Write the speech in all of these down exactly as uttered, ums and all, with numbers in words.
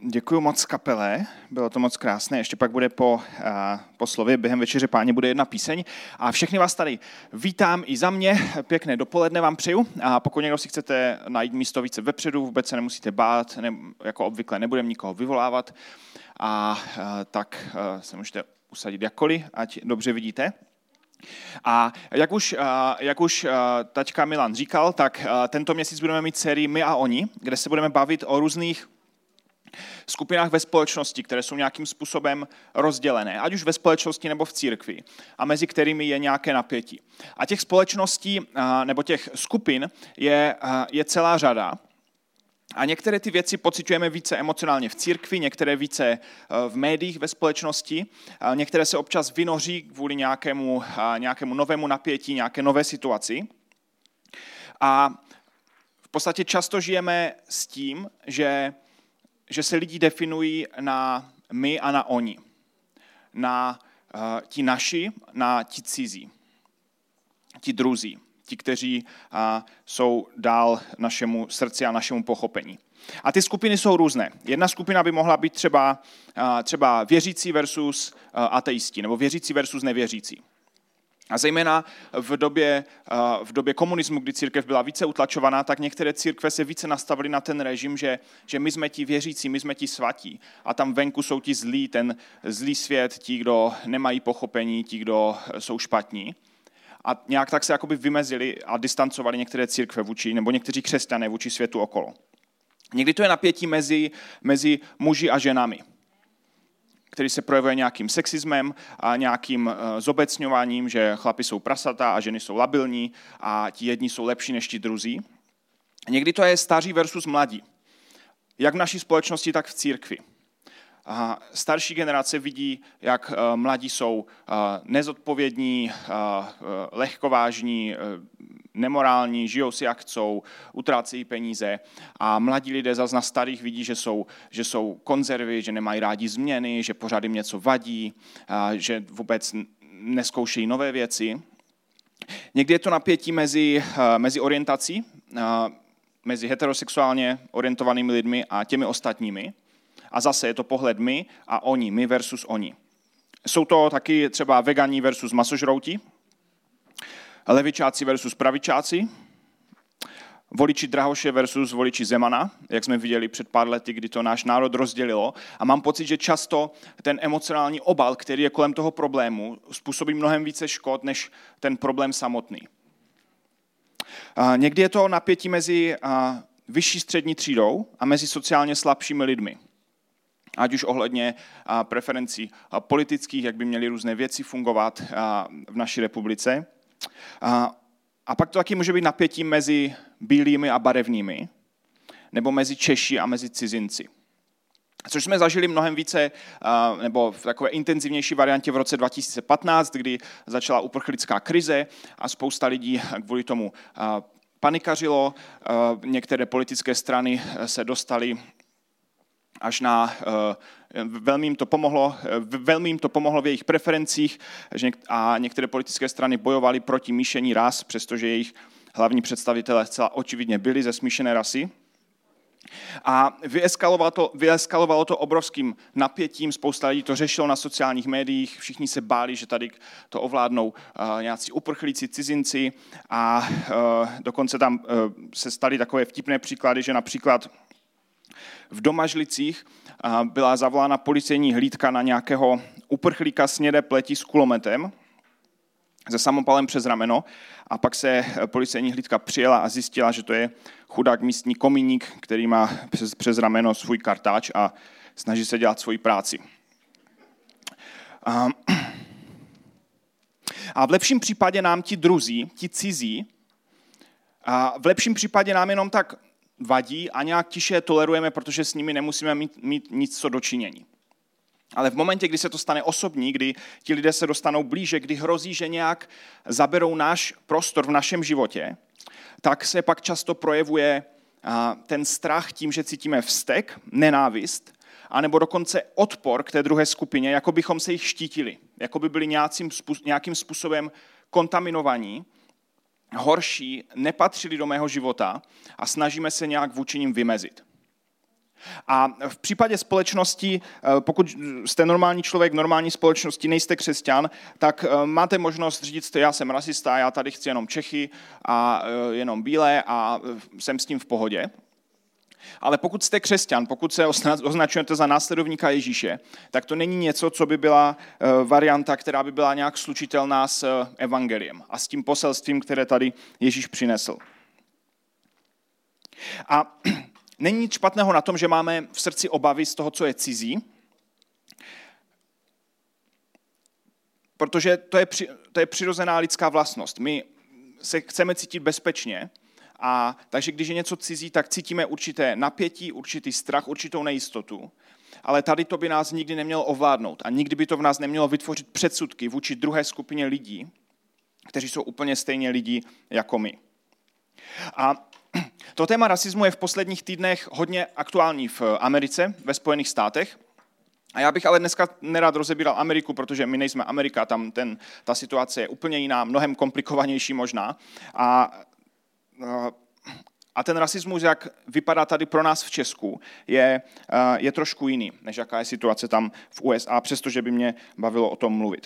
Děkuji moc kapele, bylo to moc krásné. Ještě pak bude po, uh, po slově během večeře Páně bude jedna píseň. A všechny vás tady vítám i za mě, pěkné dopoledne vám přeju. A pokud někdo si chcete najít místo více vepředu, vůbec se nemusíte bát, ne, jako obvykle nebudeme nikoho vyvolávat, a uh, tak uh, se můžete usadit jakkoliv, ať dobře vidíte. A jak už, jak už taťka Milan říkal, tak tento měsíc budeme mít sérii My a oni, kde se budeme bavit o různých skupinách ve společnosti, které jsou nějakým způsobem rozdělené, ať už ve společnosti nebo v církvi, a mezi kterými je nějaké napětí. A těch společností nebo těch skupin je, je celá řada. A některé ty věci pociťujeme více emocionálně v církvi, některé více v médiích, ve společnosti, některé se občas vynoří kvůli nějakému, nějakému novému napětí, nějaké nové situaci. A v podstatě často žijeme s tím, že, že se lidi definují na my a na oni. Na uh, ti naši, na ti cizí, ti druzí. Ti, kteří a, jsou dál našemu srdci a našemu pochopení. A ty skupiny jsou různé. Jedna skupina by mohla být třeba, a, třeba věřící versus a, ateisti, nebo věřící versus nevěřící. A zejména v době, a, v době komunismu, kdy církev byla více utlačovaná, tak některé církve se více nastavily na ten režim, že, že my jsme ti věřící, my jsme ti svatí. A tam venku jsou ti zlí, ten zlý svět, ti, kdo nemají pochopení, ti, kdo jsou špatní. A nějak tak se jakoby vymezili a distancovali některé církve vůči, nebo někteří křesťané vůči světu okolo. Někdy to je napětí mezi, mezi muži a ženami, který se projevuje nějakým sexismem a nějakým zobecňováním, že chlapi jsou prasata a ženy jsou labilní a ti jedni jsou lepší než ti druzí. Někdy to je staří versus mladí, jak v naší společnosti, tak v církvi. A starší generace vidí, jak mladí jsou nezodpovědní, lehkovážní, nemorální, žijou si jak chcou, utrácejí peníze, a mladí lidé zase na starých vidí, že jsou, že jsou konzervy, že nemají rádi změny, že pořád jim něco vadí, že vůbec neskoušejí nové věci. Někdy je to napětí mezi, mezi orientací, mezi heterosexuálně orientovanými lidmi a těmi ostatními. A zase je to pohled my a oni, my versus oni. Jsou to taky třeba vegani versus masožrouti, levičáci versus pravičáci, voliči Drahoše versus voliči Zemana, jak jsme viděli před pár lety, kdy to náš národ rozdělilo. A mám pocit, že často ten emocionální obal, který je kolem toho problému, způsobí mnohem více škod, než ten problém samotný. A někdy je to napětí mezi vyšší střední třídou a mezi sociálně slabšími lidmi. Ať už ohledně preferencí politických, jak by měly různé věci fungovat v naší republice. A pak to taky může být napětí mezi bílými a barevnými, nebo mezi Češi a mezi cizinci. Což jsme zažili mnohem více, nebo v takové intenzivnější variantě v roce dva tisíce patnáct, kdy začala uprchlická krize a spousta lidí kvůli tomu panikařilo. Některé politické strany se dostaly až na, velmi jim to pomohlo, velmi jim to pomohlo v jejich preferencích, a některé politické strany bojovaly proti míšení ras, přestože jejich hlavní představitelé zcela očividně byli ze smíšené rasy. A vyeskalovalo to, vyeskalovalo to obrovským napětím, spousta lidí to řešilo na sociálních médiích, všichni se báli, že tady to ovládnou uh, nějací uprchlíci, cizinci, a uh, dokonce tam uh, se staly takové vtipné příklady, že například v Domažlicích byla zavolána policejní hlídka na nějakého uprchlíka s hnědé pleti s kulometem se samopalem přes rameno, a pak se policejní hlídka přijela a zjistila, že to je chudák místní komíník, který má přes, přes rameno svůj kartáč a snaží se dělat svoji práci. A v lepším případě nám ti druzí, ti cizí, a v lepším případě nám jenom tak vadí a nějak tiše tolerujeme, protože s nimi nemusíme mít, mít nic co dočinění. Ale v momentě, kdy se to stane osobní, kdy ti lidé se dostanou blíže, kdy hrozí, že nějak zaberou náš prostor v našem životě, tak se pak často projevuje ten strach tím, že cítíme vztek, nenávist, anebo dokonce odpor k té druhé skupině, jako bychom se jich štítili, jako by byli nějakým způsobem kontaminovaní, horší, nepatřili do mého života a snažíme se nějak vůči nim vymezit. A v případě společnosti, pokud jste normální člověk v normální společnosti, nejste křesťan, tak máte možnost říct, já jsem rasista, já tady chci jenom Čechy a jenom bílé a jsem s tím v pohodě. Ale pokud jste křesťan, pokud se označujete za následovníka Ježíše, tak to není něco, co by byla varianta, která by byla nějak slučitelná s evangeliem a s tím poselstvím, které tady Ježíš přinesl. A není nic špatného na tom, že máme v srdci obavy z toho, co je cizí, protože to je, to je přirozená lidská vlastnost. My se chceme cítit bezpečně, a takže když je něco cizí, tak cítíme určité napětí, určitý strach, určitou nejistotu. Ale tady to by nás nikdy nemělo ovládnout a nikdy by to v nás nemělo vytvořit předsudky vůči druhé skupině lidí, kteří jsou úplně stejně lidi jako my. A to téma rasismu je v posledních týdnech hodně aktuální v Americe, ve Spojených státech. A já bych ale dneska nerad rozebíral Ameriku, protože my nejsme Amerika, tam ten, ta situace je úplně jiná, mnohem komplikovanější možná. A, a ten rasismus, jak vypadá tady pro nás v Česku, je, je trošku jiný, než jaká je situace tam v U S A, přestože by mě bavilo o tom mluvit.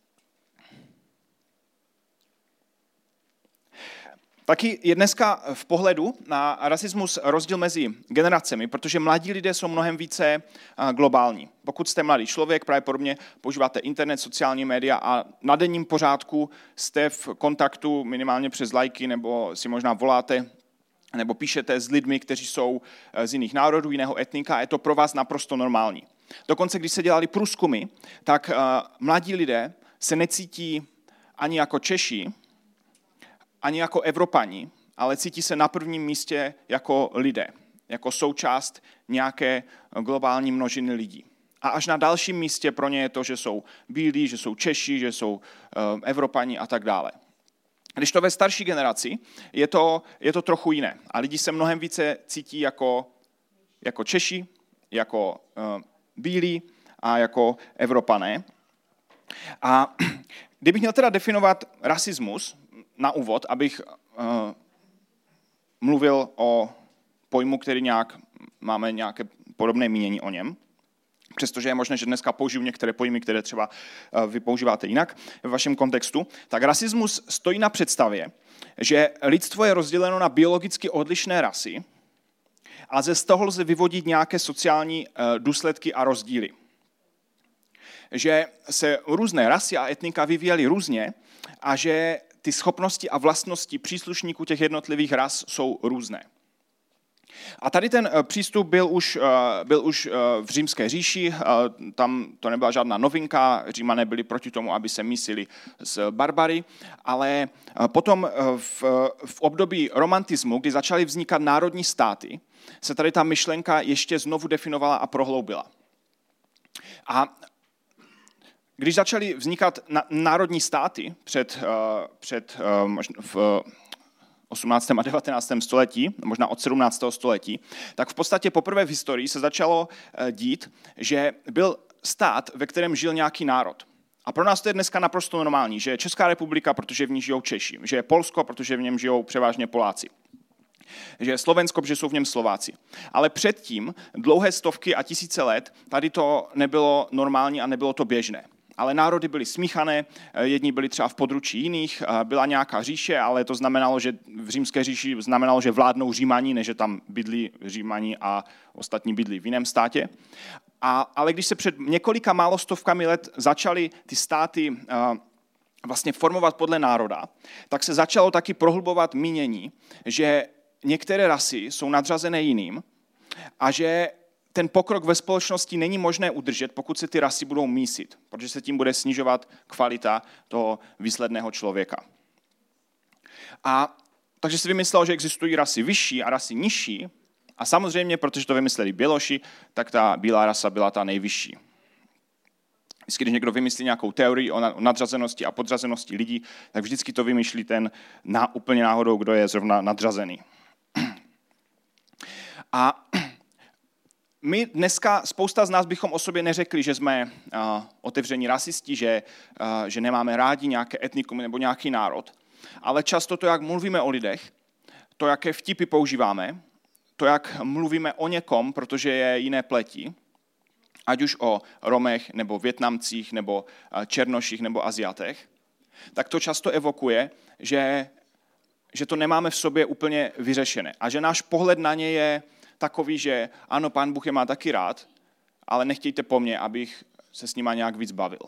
Taky je dneska v pohledu na rasismus rozdíl mezi generacemi, protože mladí lidé jsou mnohem více globální. Pokud jste mladý člověk, pravděpodobně používáte internet, sociální média a na denním pořádku jste v kontaktu minimálně přes lajky nebo si možná voláte nebo píšete s lidmi, kteří jsou z jiných národů, jiného etnika a je to pro vás naprosto normální. Dokonce, když se dělali průzkumy, tak mladí lidé se necítí ani jako Češi, ani jako Evropani, ale cítí se na prvním místě jako lidé, jako součást nějaké globální množiny lidí. A až na dalším místě pro ně je to, že jsou bílí, že jsou Češi, že jsou uh, Evropani a tak dále. Když to ve starší generaci, je to, je to trochu jiné. A lidi se mnohem více cítí jako, jako Češi, jako uh, bílí a jako Evropané. A kdybych měl teda definovat rasismus, na úvod, abych uh, mluvil o pojmu, který nějak, máme nějaké podobné mínění o něm, přestože je možné, že dneska použiju některé pojmy, které třeba uh, vy používáte jinak v vašem kontextu, tak rasismus stojí na představě, že lidstvo je rozděleno na biologicky odlišné rasy a ze z toho lze vyvodit nějaké sociální uh, důsledky a rozdíly. Že se různé rasy a etnika vyvíjely různě a že ty schopnosti a vlastnosti příslušníků těch jednotlivých ras jsou různé. A tady ten přístup byl už, byl už v Římské říši, tam to nebyla žádná novinka, Římané byli proti tomu, aby se mísili s barbary, ale potom v, v období romantismu, kdy začaly vznikat národní státy, se tady ta myšlenka ještě znovu definovala a prohloubila. A když začaly vznikat národní státy před, před v osmnáctém a devatenáctém století, možná od sedmnáctého století, tak v podstatě poprvé v historii se začalo dít, že byl stát, ve kterém žil nějaký národ. A pro nás to je dneska naprosto normální, že je Česká republika, protože v ní žijou Češi, že je Polsko, protože v něm žijou převážně Poláci, že je Slovensko, protože jsou v něm Slováci. Ale předtím, dlouhé stovky a tisíce let, tady to nebylo normální a nebylo to běžné. Ale národy byly smíchané, jedni byli třeba v područí jiných, byla nějaká říše, ale to znamenalo, že v římské říši znamenalo, že vládnou Římani, než že tam bydlí Římani a ostatní bydlí v jiném státě. A, ale když se před několika málo stovkami let začaly ty státy uh, vlastně formovat podle národa, tak se začalo taky prohlubovat mínění, že některé rasy jsou nadřazené jiným a že ten pokrok ve společnosti není možné udržet, pokud se ty rasy budou mísit, protože se tím bude snižovat kvalita toho výsledného člověka. A takže si vymyslel, že existují rasy vyšší a rasy nižší a samozřejmě, protože to vymysleli Běloši, tak ta bílá rasa byla ta nejvyšší. Vždycky, když někdo vymyslí nějakou teorii o nadřazenosti a podřazenosti lidí, tak vždycky to vymýšlí ten na, úplně náhodou, kdo je zrovna nadřazený. A my dneska, spousta z nás bychom o sobě neřekli, že jsme uh, otevření rasisti, že, uh, že nemáme rádi nějaké etnikum nebo nějaký národ, ale často to, jak mluvíme o lidech, to, jaké vtipy používáme, to, jak mluvíme o někom, protože je jiné pleti, ať už o Romech, nebo Vietnamcích, nebo Černoších, nebo Aziatech, tak to často evokuje, že, že to nemáme v sobě úplně vyřešené. A že náš pohled na ně je takový, že ano, Pán Bůh je má taky rád, ale nechtějte po mně, abych se s nima nějak víc bavil.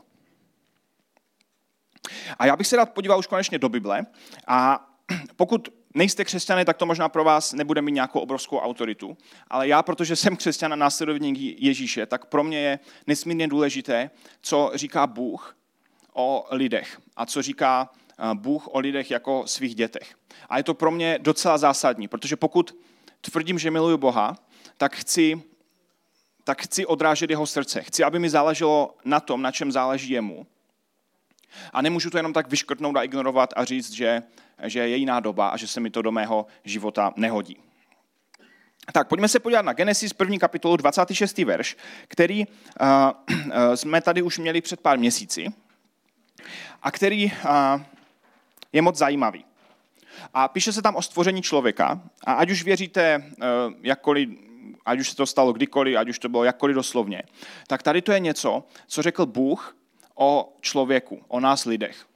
A já bych se rád podíval už konečně do Bible a pokud nejste křesťané, tak to možná pro vás nebude mít nějakou obrovskou autoritu, ale já, protože jsem křesťan a následovník Ježíše, tak pro mě je nesmírně důležité, co říká Bůh o lidech a co říká Bůh o lidech jako svých dětech. A je to pro mě docela zásadní, protože pokud tvrdím, že miluju Boha, tak chci, tak chci odrážet jeho srdce. Chci, aby mi záleželo na tom, na čem záleží jemu. A nemůžu to jenom tak vyškrtnout a ignorovat a říct, že, že je jiná doba a že se mi to do mého života nehodí. Tak, pojďme se podívat na Genesis první kapitolu, dvacátý šestý verš, který uh, uh, jsme tady už měli před pár měsíci a který uh, je moc zajímavý. A píše se tam o stvoření člověka a ať už věříte uh, jakkoliv, ať už se to stalo kdykoliv, ať už to bylo jakkoliv doslovně, tak tady to je něco, co řekl Bůh o člověku, o nás lidech.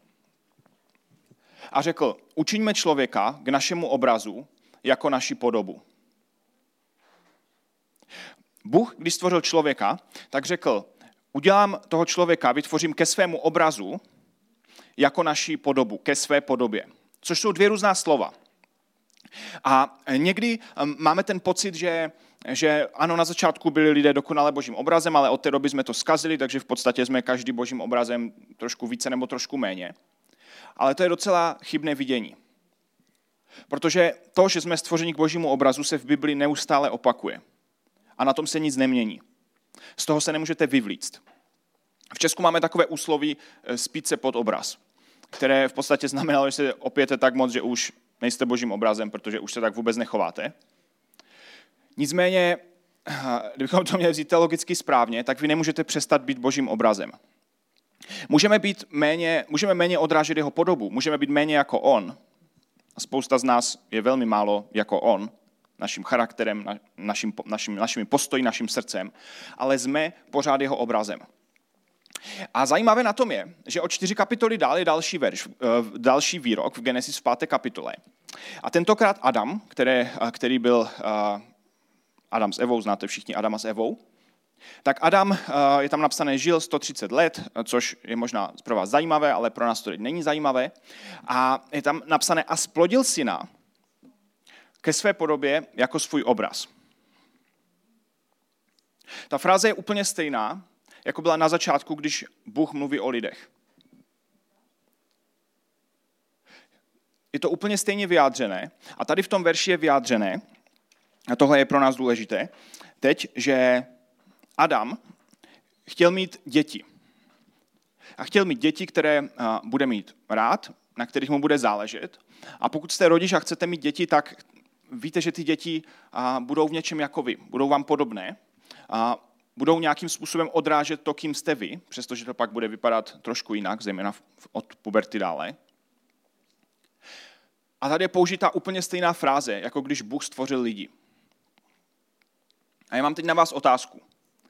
A řekl, učiňme člověka k našemu obrazu jako naši podobu. Bůh, když stvořil člověka, tak řekl, udělám toho člověka, vytvořím ke svému obrazu jako naši podobu, ke své podobě. Což jsou dvě různá slova. A někdy máme ten pocit, že, že ano, na začátku byli lidé dokonale božím obrazem, ale od té doby jsme to zkazili, takže v podstatě jsme každý božím obrazem trošku více nebo trošku méně. Ale to je docela chybné vidění. Protože to, že jsme stvořeni k božímu obrazu, se v Bibli neustále opakuje. A na tom se nic nemění. Z toho se nemůžete vyvlíct. V Česku máme takové úsloví spít se pod obraz, které v podstatě znamenalo, že se opijete tak moc, že už nejste božím obrazem, protože už se tak vůbec nechováte. Nicméně, kdybychom to měli vzít teologicky správně, tak vy nemůžete přestat být božím obrazem. Můžeme být méně, můžeme méně odrážet jeho podobu, můžeme být méně jako on. A spousta z nás je velmi málo jako on, naším charakterem, naším, naším, našimi postoji, naším srdcem, ale jsme pořád jeho obrazem. A zajímavé na tom je, že o čtyři kapitoly dál je další verš, další výrok v Genesis v páté kapitole. A tentokrát Adam, který, který byl Adam s Evou, znáte všichni Adama s Evou, tak Adam, je tam napsané, žil sto třicet let, což je možná pro vás zajímavé, ale pro nás to není zajímavé. A je tam napsané, a splodil syna ke své podobě jako svůj obraz. Ta fráze je úplně stejná, jako byla na začátku, když Bůh mluví o lidech. Je to úplně stejně vyjádřené. A tady v tom verši je vyjádřené, a tohle je pro nás důležité, teď, že Adam chtěl mít děti. A chtěl mít děti, které bude mít rád, na kterých mu bude záležet. A pokud jste rodič a chcete mít děti, tak víte, že ty děti budou v něčem jako vy. Budou vám podobné. A budou nějakým způsobem odrážet to, kým jste vy, přestože to pak bude vypadat trošku jinak, zejména od puberty dále. A tady je použitá úplně stejná fráze, jako když Bůh stvořil lidi. A já mám teď na vás otázku.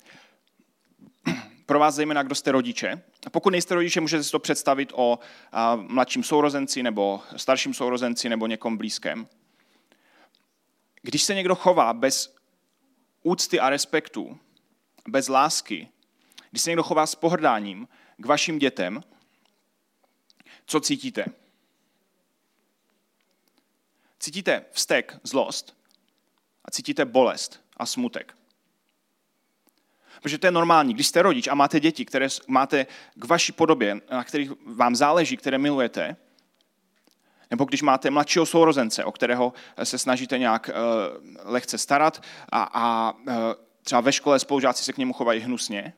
Pro vás zejména, kdo jste rodiče. A pokud nejste rodiče, můžete si to představit o a, mladším sourozenci nebo starším sourozenci nebo někom blízkém. Když se někdo chová bez úcty a respektu, bez lásky, když se někdo chová s pohrdáním k vašim dětem, co cítíte? Cítíte vztek, zlost a cítíte bolest a smutek. Protože to je normální. Když jste rodič a máte děti, které máte k vaší podobě, na kterých vám záleží, které milujete, nebo když máte mladšího sourozence, o kterého se snažíte nějak uh, lehce starat a, a uh, třeba ve škole spolužáci se k němu chovají hnusně,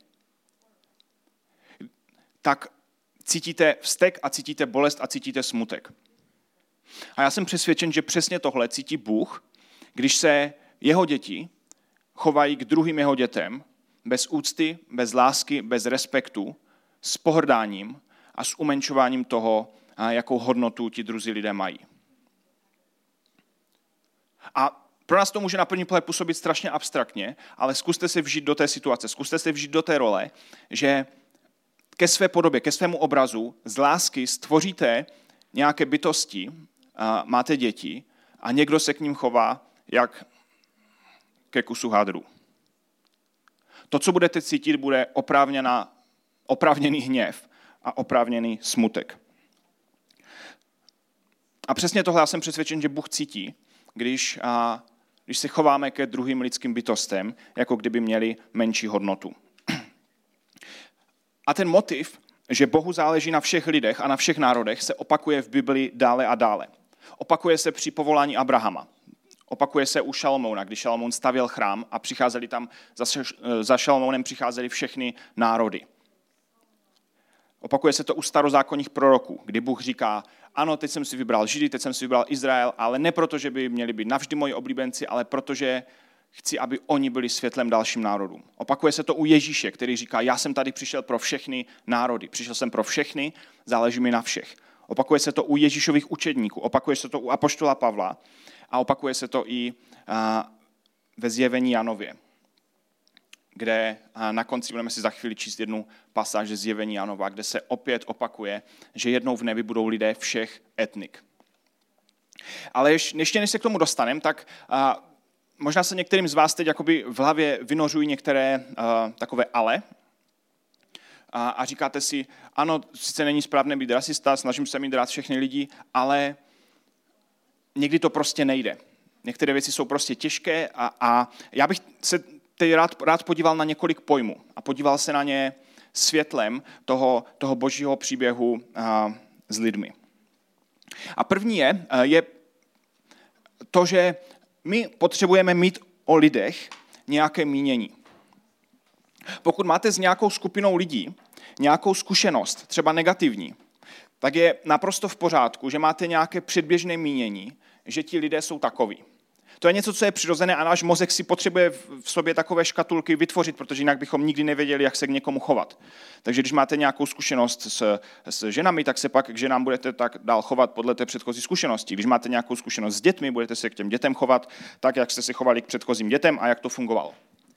tak cítíte vztek a cítíte bolest a cítíte smutek. A já jsem přesvědčen, že přesně tohle cítí Bůh, když se jeho děti chovají k druhým jeho dětem bez úcty, bez lásky, bez respektu, s pohrdáním a s umenšováním toho, jakou hodnotu ti druzí lidé mají. A Pro nás to může na první pohled působit strašně abstraktně, ale zkuste se vžít do té situace, zkuste se vžít do té role, že ke své podobě, ke svému obrazu z lásky stvoříte nějaké bytosti, a máte děti a někdo se k ním chová jak ke kusu hadru. To, co budete cítit, bude oprávněná, oprávněný hněv a oprávněný smutek. A přesně tohle já jsem přesvědčen, že Bůh cítí, když, a, když se chováme ke druhým lidským bytostem, jako kdyby měli menší hodnotu. A ten motiv, že Bohu záleží na všech lidech a na všech národech, se opakuje v Bibli dále a dále. Opakuje se při povolání Abrahama. Opakuje se u Šalomouna, když Šalomoun stavěl chrám a přicházeli tam, za Šalomounem přicházeli všechny národy. Opakuje se to u starozákonních proroků, kdy Bůh říká, ano, teď jsem si vybral Židy, teď jsem si vybral Izrael, ale ne proto, že by měli být navždy moji oblíbenci, ale protože chci, aby oni byli světlem dalším národům. Opakuje se to u Ježíše, který říká, já jsem tady přišel pro všechny národy, přišel jsem pro všechny, záleží mi na všech. Opakuje se to u Ježíšových učedníků, opakuje se to u apoštola Pavla a opakuje se to i ve Zjevení Janově, kde na konci budeme si za chvíli číst jednu pasáž ze Zjevení Janova, kde se opět opakuje, že jednou v nebi budou lidé všech etnik. Ale ještě než se k tomu dostaneme, tak možná se některým z vás teď jakoby v hlavě vynořují některé takové ale, A, a říkáte si, ano, sice není správné být rasista, snažím se mít rád všechny lidi, ale někdy to prostě nejde. Některé věci jsou prostě těžké a, a já bych se teď rád, rád podíval na několik pojmů a podíval se na ně světlem toho, toho božího příběhu a, s lidmi. A první je, je to, že my potřebujeme mít o lidech nějaké mínění. Pokud máte s nějakou skupinou lidí nějakou zkušenost, třeba negativní, tak je naprosto v pořádku, že máte nějaké předběžné mínění, že ti lidé jsou takoví. To je něco, co je přirozené a náš mozek si potřebuje v sobě takové škatulky vytvořit, protože jinak bychom nikdy nevěděli, jak se k někomu chovat. Takže když máte nějakou zkušenost s, s ženami, tak se pak k ženám budete tak dál chovat podle té předchozí zkušenosti. Když máte nějakou zkušenost s dětmi, budete se k těm dětem chovat tak, jak jste se chovali k předchozím dětem a jak to fungovalo.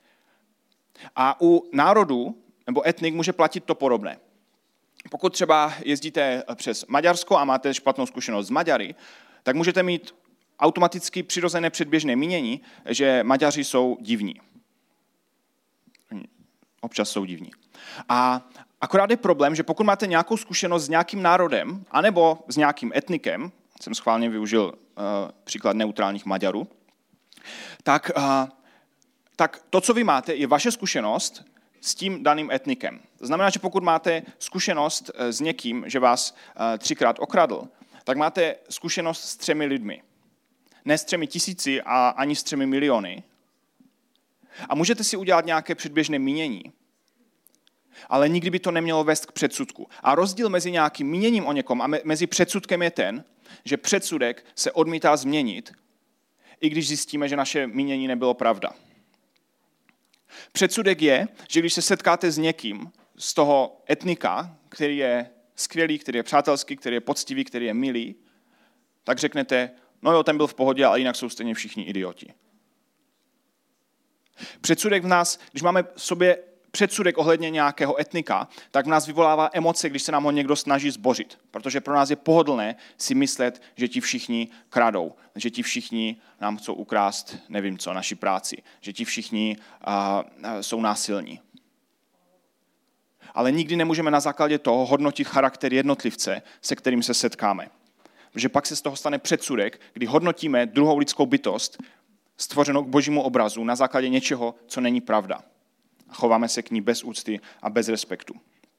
A u národů nebo etnik může platit to podobné. Pokud třeba jezdíte přes Maďarsko a máte špatnou zkušenost s Maďary, tak můžete mít automaticky přirozené předběžné mínění, že Maďaři jsou divní. Občas jsou divní. A akorát je problém, že pokud máte nějakou zkušenost s nějakým národem, anebo s nějakým etnikem, jsem schválně využil uh, příklad neutrálních Maďarů, tak, uh, tak to, co vy máte, je vaše zkušenost s tím daným etnikem. To znamená, že pokud máte zkušenost s někým, že vás uh, třikrát okradl, tak máte zkušenost s třemi lidmi. Ne s třemi tisíci a ani s třemi miliony. A můžete si udělat nějaké předběžné mínění, ale nikdy by to nemělo vést k předsudku. A rozdíl mezi nějakým míněním o někom a mezi předsudkem je ten, že předsudek se odmítá změnit, i když zjistíme, že naše mínění nebylo pravda. Předsudek je, že když se setkáte s někým z toho etnika, který je skvělý, který je přátelský, který je poctivý, který je milý, tak řeknete, no jo, ten byl v pohodě, ale jinak jsou stejně všichni idioti. Předsudek v nás, když máme v sobě předsudek ohledně nějakého etnika, tak v nás vyvolává emoce, když se nám ho někdo snaží zbořit. Protože pro nás je pohodlné si myslet, že ti všichni kradou, že ti všichni nám chcou ukrást, nevím co, naši práci, že ti všichni uh, jsou násilní. Ale nikdy nemůžeme na základě toho hodnotit charakter jednotlivce, se kterým se setkáme. Protože pak se z toho stane předsudek, kdy hodnotíme druhou lidskou bytost, stvořenou k božímu obrazu, na základě něčeho, co není pravda. A chováme se k ní bez úcty a bez respektu.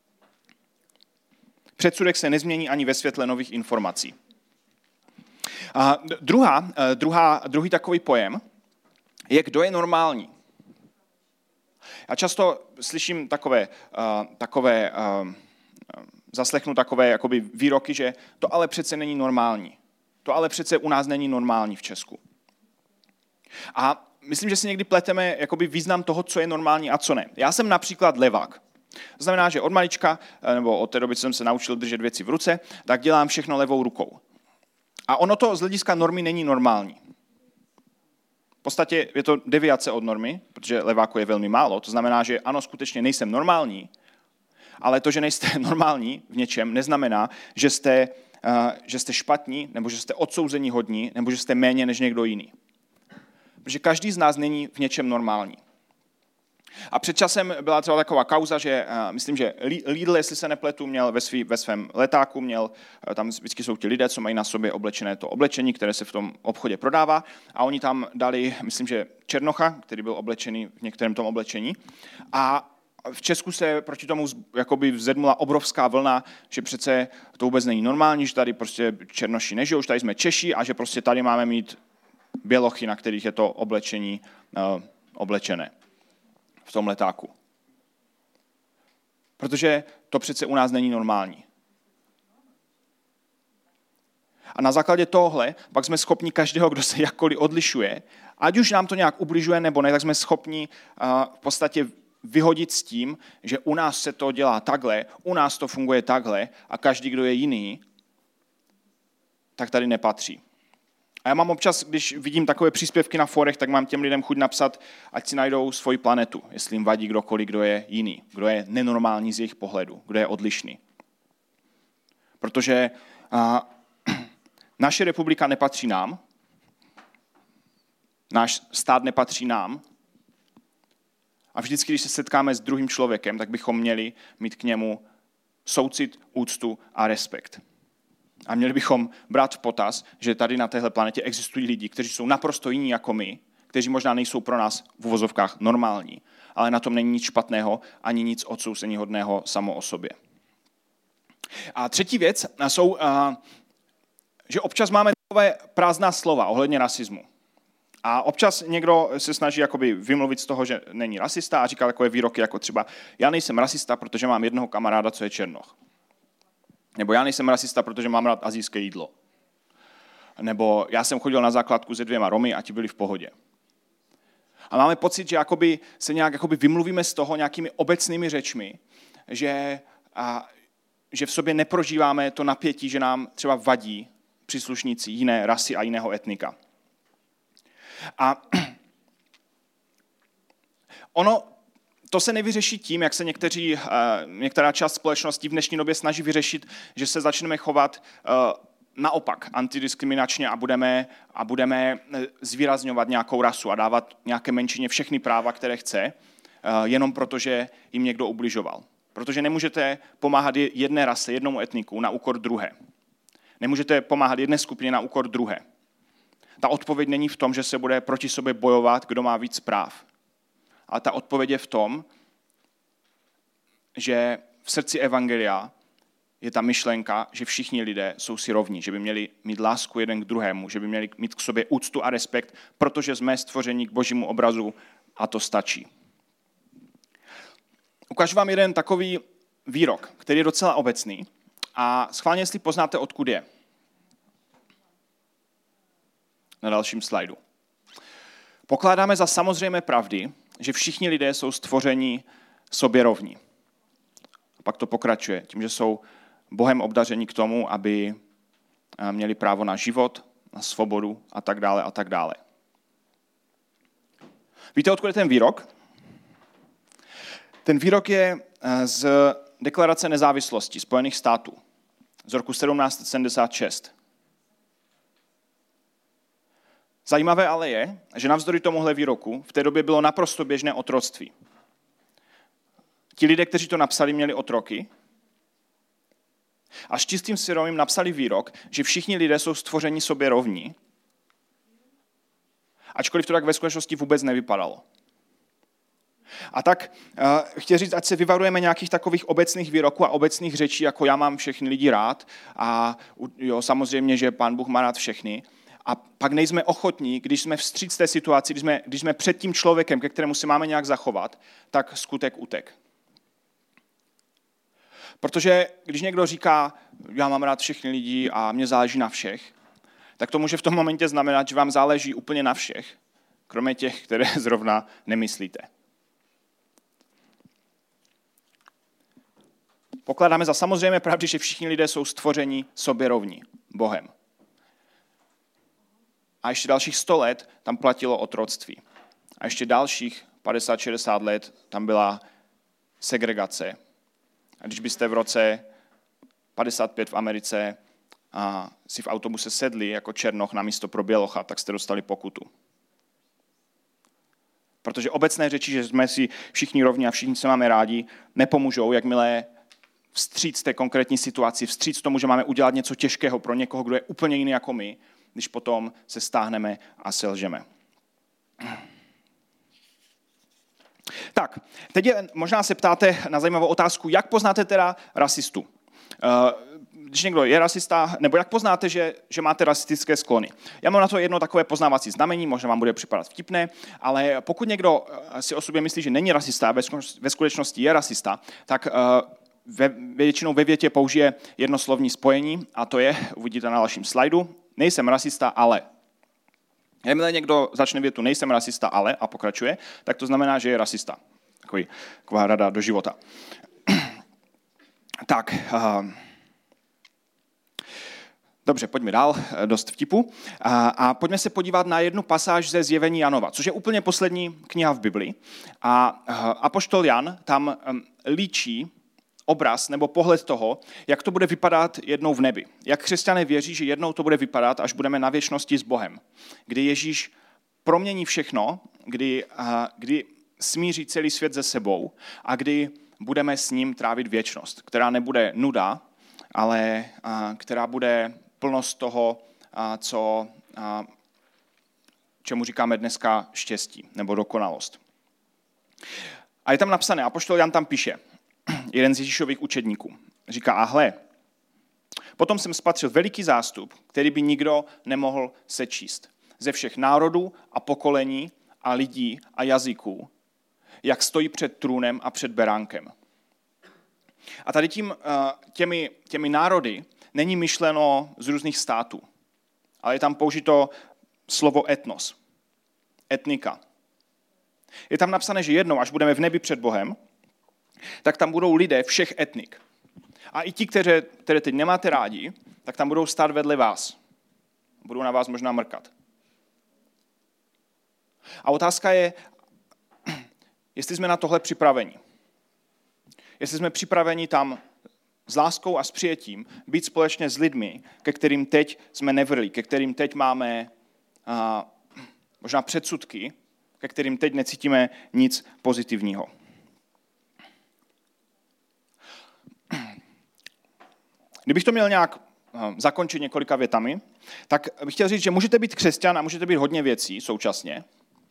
Předsudek se nezmění ani ve světle nových informací. A druhá, druhá, druhý takový pojem je, kdo je normální. Já často slyším takové, uh, takové uh, zaslechnu takové jakoby výroky, že to ale přece není normální. To ale přece u nás není normální v Česku. A myslím, že si někdy pleteme jakoby význam toho, co je normální a co ne. Já jsem například levák. To znamená, že od malička, nebo od té doby, co jsem se naučil držet věci v ruce, tak dělám všechno levou rukou. A ono to z hlediska normy není normální. podstatě je to deviace od normy, protože leváku je velmi málo, to znamená, že ano, skutečně nejsem normální, ale to, že nejste normální v něčem, neznamená, že jste, uh, že jste špatní, nebo že jste odsouzení hodní, nebo že jste méně než někdo jiný. Protože každý z nás není v něčem normální. A před časem byla třeba taková kauza, že uh, myslím, že Lidl, jestli se nepletu, měl ve, svý, ve svém letáku, měl, uh, tam vždycky jsou ti lidé, co mají na sobě oblečené to oblečení, které se v tom obchodě prodává, a oni tam dali, myslím, že Černocha, který byl oblečený v některém tom oblečení, a v Česku se proti tomu jakoby vzedmula obrovská vlna, že přece to vůbec není normální, že tady prostě černoši nežijou, že tady jsme Češi a že prostě tady máme mít bělochy, na kterých je to oblečení uh, oblečené v tom letáku. Protože to přece u nás není normální. A na základě tohle pak jsme schopni každého, kdo se jakkoliv odlišuje, ať už nám to nějak ubližuje nebo ne, tak jsme schopni uh, v podstatě vyhodit s tím, že u nás se to dělá takhle, u nás to funguje takhle a každý, kdo je jiný, tak tady nepatří. A já mám občas, když vidím takové příspěvky na forech, tak mám těm lidem chuť napsat, ať si najdou svoji planetu, jestli jim vadí kdokoliv, kdo je jiný, kdo je nenormální z jejich pohledu, kdo je odlišný. Protože a, naše republika nepatří nám, náš stát nepatří nám, a vždycky, když se setkáme s druhým člověkem, tak bychom měli mít k němu soucit, úctu a respekt. A měli bychom brát v potaz, že tady na téhle planetě existují lidi, kteří jsou naprosto jiní jako my, kteří možná nejsou pro nás v uvozovkách normální, ale na tom není nic špatného, ani nic odsouzeníhodného samo o sobě. A třetí věc jsou, že občas máme takové prázdná slova ohledně rasismu. A občas někdo se snaží jakoby vymluvit z toho, že není rasista a říká takové výroky jako třeba já nejsem rasista, protože mám jednoho kamaráda, co je černoch. Nebo já nejsem rasista, protože mám rád asijské jídlo. Nebo já jsem chodil na základku se dvěma Romy a ti byli v pohodě. A máme pocit, že jakoby se nějak jakoby vymluvíme z toho nějakými obecnými řečmi, že, a, že v sobě neprožíváme to napětí, že nám třeba vadí příslušníci jiné rasy a jiného etnika. A ono, to se nevyřeší tím, jak se někteří, některá část společnosti v dnešní době snaží vyřešit, že se začneme chovat naopak antidiskriminačně a budeme, a budeme zvýrazňovat nějakou rasu a dávat nějaké menšině všechny práva, které chce, jenom proto, že jim někdo ubližoval. Protože nemůžete pomáhat jedné rase, jednomu etniku na úkor druhé. Nemůžete pomáhat jedné skupině na úkor druhé. Ta odpověď není v tom, že se bude proti sobě bojovat, kdo má víc práv. Ale ta odpověď je v tom, že v srdci evangelia je ta myšlenka, že všichni lidé jsou si rovní, že by měli mít lásku jeden k druhému, že by měli mít k sobě úctu a respekt, protože jsme stvoření k božímu obrazu a to stačí. Ukážu vám jeden takový výrok, který je docela obecný a schválně, jestli poznáte, odkud je. Na dalším slajdu. Pokládáme za samozřejmé pravdy, že všichni lidé jsou stvoření sobě rovní. A pak to pokračuje tím, že jsou Bohem obdaření k tomu, aby měli právo na život, na svobodu a tak dále a tak dále. Víte, odkud je ten výrok? Ten výrok je z Deklarace nezávislosti Spojených států z roku sedmnáct set sedmdesát šest. Zajímavé ale je, že navzdory tomuhle výroku v té době bylo naprosto běžné otroctví. Ti lidé, kteří to napsali, měli otroky a s čistým svědomím napsali výrok, že všichni lidé jsou stvoření sobě rovní, ačkoliv to tak ve skutečnosti vůbec nevypadalo. A tak uh, chtěl říct, ať se vyvarujeme nějakých takových obecných výroků a obecných řečí, jako já mám všechny lidi rád a jo, samozřejmě, že Pán Bůh má rád všechny. A pak nejsme ochotní, když jsme vstříc té situaci, když jsme, když jsme před tím člověkem, ke kterému se máme nějak zachovat, tak skutek utek. Protože když někdo říká, já mám rád všechny lidi a mě záleží na všech, tak to může v tom momentě znamenat, že vám záleží úplně na všech, kromě těch, které zrovna nemyslíte. Pokládáme za samozřejmé pravdy, že všichni lidé jsou stvoření sobě rovní Bohem. A ještě dalších sto let tam platilo otroctví. A ještě dalších padesát šedesát let tam byla segregace. A když byste v roce padesát pět v Americe a si v autobuse sedli jako černoch na místo pro bělocha, tak jste dostali pokutu. Protože obecné řeči, že jsme si všichni rovní a všichni se máme rádi, nepomůžou, jakmile vstříc té konkrétní situaci, vstříc tomu, že máme udělat něco těžkého pro někoho, kdo je úplně jiný jako my, když potom se stáhneme a selžeme. Tak, teď je, možná se ptáte na zajímavou otázku, jak poznáte teda rasistu? Když někdo je rasista, nebo jak poznáte, že, že máte rasistické sklony? Já mám na to jedno takové poznávací znamení, možná vám bude připadat vtipné, ale pokud někdo si o sobě myslí, že není rasista a ve skutečnosti je rasista, tak ve, většinou ve větě použije jednoslovní spojení a to je, uvidíte na dalším slajdu, nejsem rasista, ale. Jakmile někdo začne větu nejsem rasista, ale a pokračuje, tak to znamená, že je rasista. Takový, taková rada do života. Tak, uh, dobře, pojďme dál, dost vtipu. A, a pojďme se podívat na jednu pasáž ze Zjevení Janova, což je úplně poslední kniha v Biblii. A uh, apoštol Jan tam um, líčí obraz nebo pohled toho, jak to bude vypadat jednou v nebi. Jak křesťané věří, že jednou to bude vypadat, až budeme na věčnosti s Bohem. Kdy Ježíš promění všechno, kdy, uh, kdy smíří celý svět se sebou a kdy budeme s ním trávit věčnost, která nebude nuda, ale uh, která bude plnost toho, uh, co, uh, čemu říkáme dneska štěstí nebo dokonalost. A je tam napsané, apoštol Jan tam píše, jeden z Ježíšových učedníků, říká, a hle, potom jsem spatřil veliký zástup, který by nikdo nemohl sečíst, ze všech národů a pokolení a lidí a jazyků, jak stojí před trůnem a před beránkem. A tady tím, těmi, těmi národy není myšleno z různých států, ale je tam použito slovo etnos, etnika. Je tam napsané, že jednou, až budeme v nebi před Bohem, tak tam budou lidé všech etnik. A i ti, které, které teď nemáte rádi, tak tam budou stát vedle vás. Budou na vás možná mrkat. A otázka je, jestli jsme na tohle připraveni. Jestli jsme připraveni tam s láskou a s přijetím být společně s lidmi, ke kterým teď jsme nevrli, ke kterým teď máme a, možná předsudky, ke kterým teď necítíme nic pozitivního. Kdybych to měl nějak zakončit několika větami, tak bych chtěl říct, že můžete být křesťan a můžete být hodně věcí současně.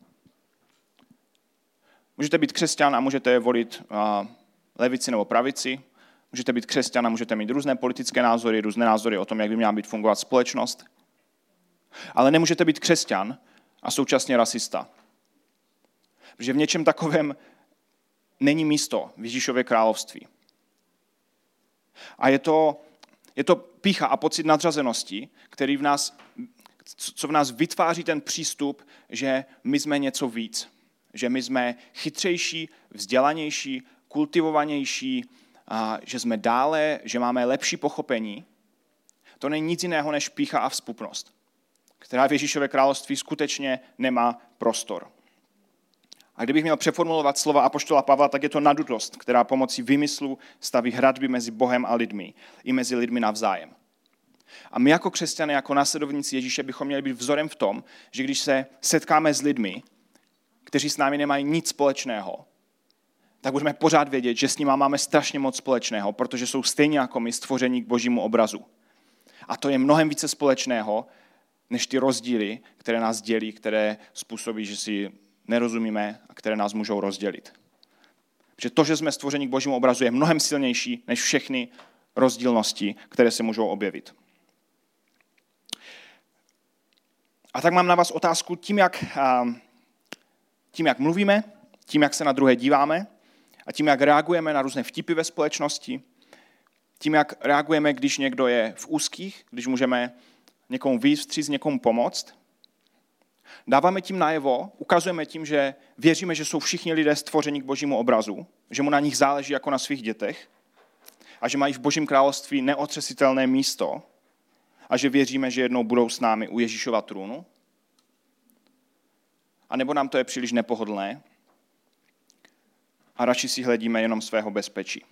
Můžete být křesťan a můžete volit levici nebo pravici. Můžete být křesťan a můžete mít různé politické názory, různé názory o tom, jak by měla být fungovat společnost. Ale nemůžete být křesťan a současně rasista. Protože v něčem takovém není místo v Ježíšově království. A je to, je to pýcha a pocit nadřazenosti, který v nás, co v nás vytváří ten přístup, že my jsme něco víc. Že my jsme chytřejší, vzdělanější, kultivovanější, a že jsme dále, že máme lepší pochopení. To není nic jiného než pýcha a vzpupnost, která v Ježíšově království skutečně nemá prostor. A kdybych měl přeformulovat slova apoštola Pavla, tak je to nadutost, která pomocí vymyslu staví hradby mezi Bohem a lidmi, i mezi lidmi navzájem. A my jako křesťané, jako následovníci Ježíše bychom měli být vzorem v tom, že když se setkáme s lidmi, kteří s námi nemají nic společného, tak budeme pořád vědět, že s nimi máme strašně moc společného, protože jsou stejně jako my stvoření k božímu obrazu. A to je mnohem více společného, než ty rozdíly, které nás dělí, které způsobí, že si nerozumíme a které nás můžou rozdělit. Protože to, že jsme stvoření k božímu obrazu, je mnohem silnější než všechny rozdílnosti, které se můžou objevit. A tak mám na vás otázku tím, jak, tím, jak mluvíme, tím, jak se na druhé díváme a tím, jak reagujeme na různé vtipy ve společnosti, tím, jak reagujeme, když někdo je v úzkých, když můžeme někomu vyjít vstříc, někomu pomoct. Dáváme tím najevo, ukazujeme tím, že věříme, že jsou všichni lidé stvoření k božímu obrazu, že mu na nich záleží jako na svých dětech a že mají v božím království neotřesitelné místo a že věříme, že jednou budou s námi u Ježíšova trůnu. anebo nám to je příliš nepohodlné a radši si hledíme jenom svého bezpečí.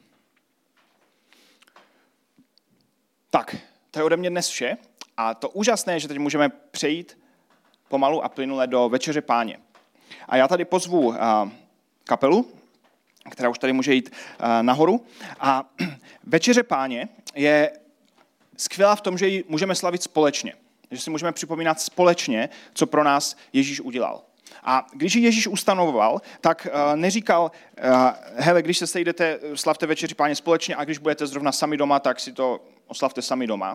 Tak, to je ode mě dnes vše a to úžasné je, že teď můžeme přejít pomalu a plynule do Večeře Páně. A já tady pozvu kapelu, která už tady může jít nahoru. A Večeře Páně je skvělá v tom, že ji můžeme slavit společně. Že si můžeme připomínat společně, co pro nás Ježíš udělal. A když ji Ježíš ustanovoval, tak neříkal, hele, když se sejdete, slavte Večeři Páně společně a když budete zrovna sami doma, tak si to oslavte sami doma.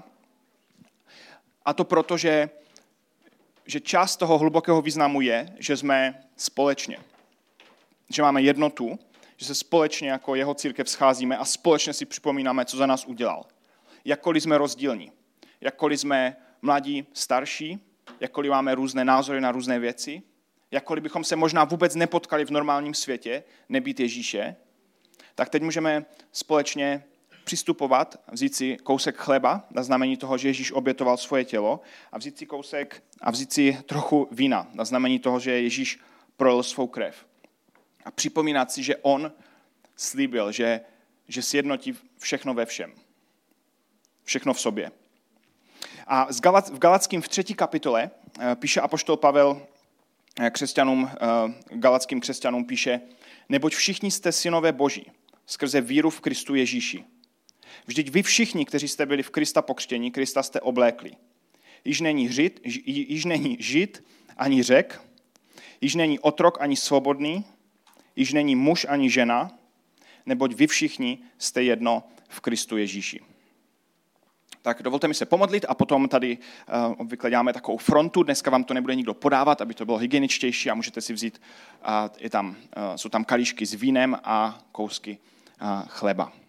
A to proto, že, že část toho hlubokého významu je, že jsme společně. Že máme jednotu, že se společně jako jeho církev scházíme a společně si připomínáme, co za nás udělal. Jakkoliv jsme rozdílní, jakkoliv jsme mladí, starší, jakkoliv máme různé názory na různé věci, jakkoliv bychom se možná vůbec nepotkali v normálním světě, nebýt Ježíše, tak teď můžeme společně přistupovat, vzít si kousek chleba na znamení toho, že Ježíš obětoval svoje tělo a vzít si kousek a vzít si trochu vína na znamení toho, že Ježíš prolil svou krev. A připomínat si, že on slíbil, že, že sjednotí všechno ve všem. Všechno v sobě. A v Galackým v třetí kapitole píše apoštol Pavel křesťanům, galackým křesťanům píše, neboť všichni jste synové Boží, skrze víru v Kristu Ježíši. Vždyť vy všichni, kteří jste byli v Krista pokřtění, Krista jste oblékli. Již není žid, již není žid ani Řek, již není otrok ani svobodný, již není muž ani žena, neboť vy všichni jste jedno v Kristu Ježíši. Tak dovolte mi se pomodlit a potom tady uh, obvykle děláme takovou frontu. Dneska vám to nebude nikdo podávat, aby to bylo hygieničtější a můžete si vzít, uh, je tam, uh, jsou tam kalíšky s vínem a kousky uh, chleba.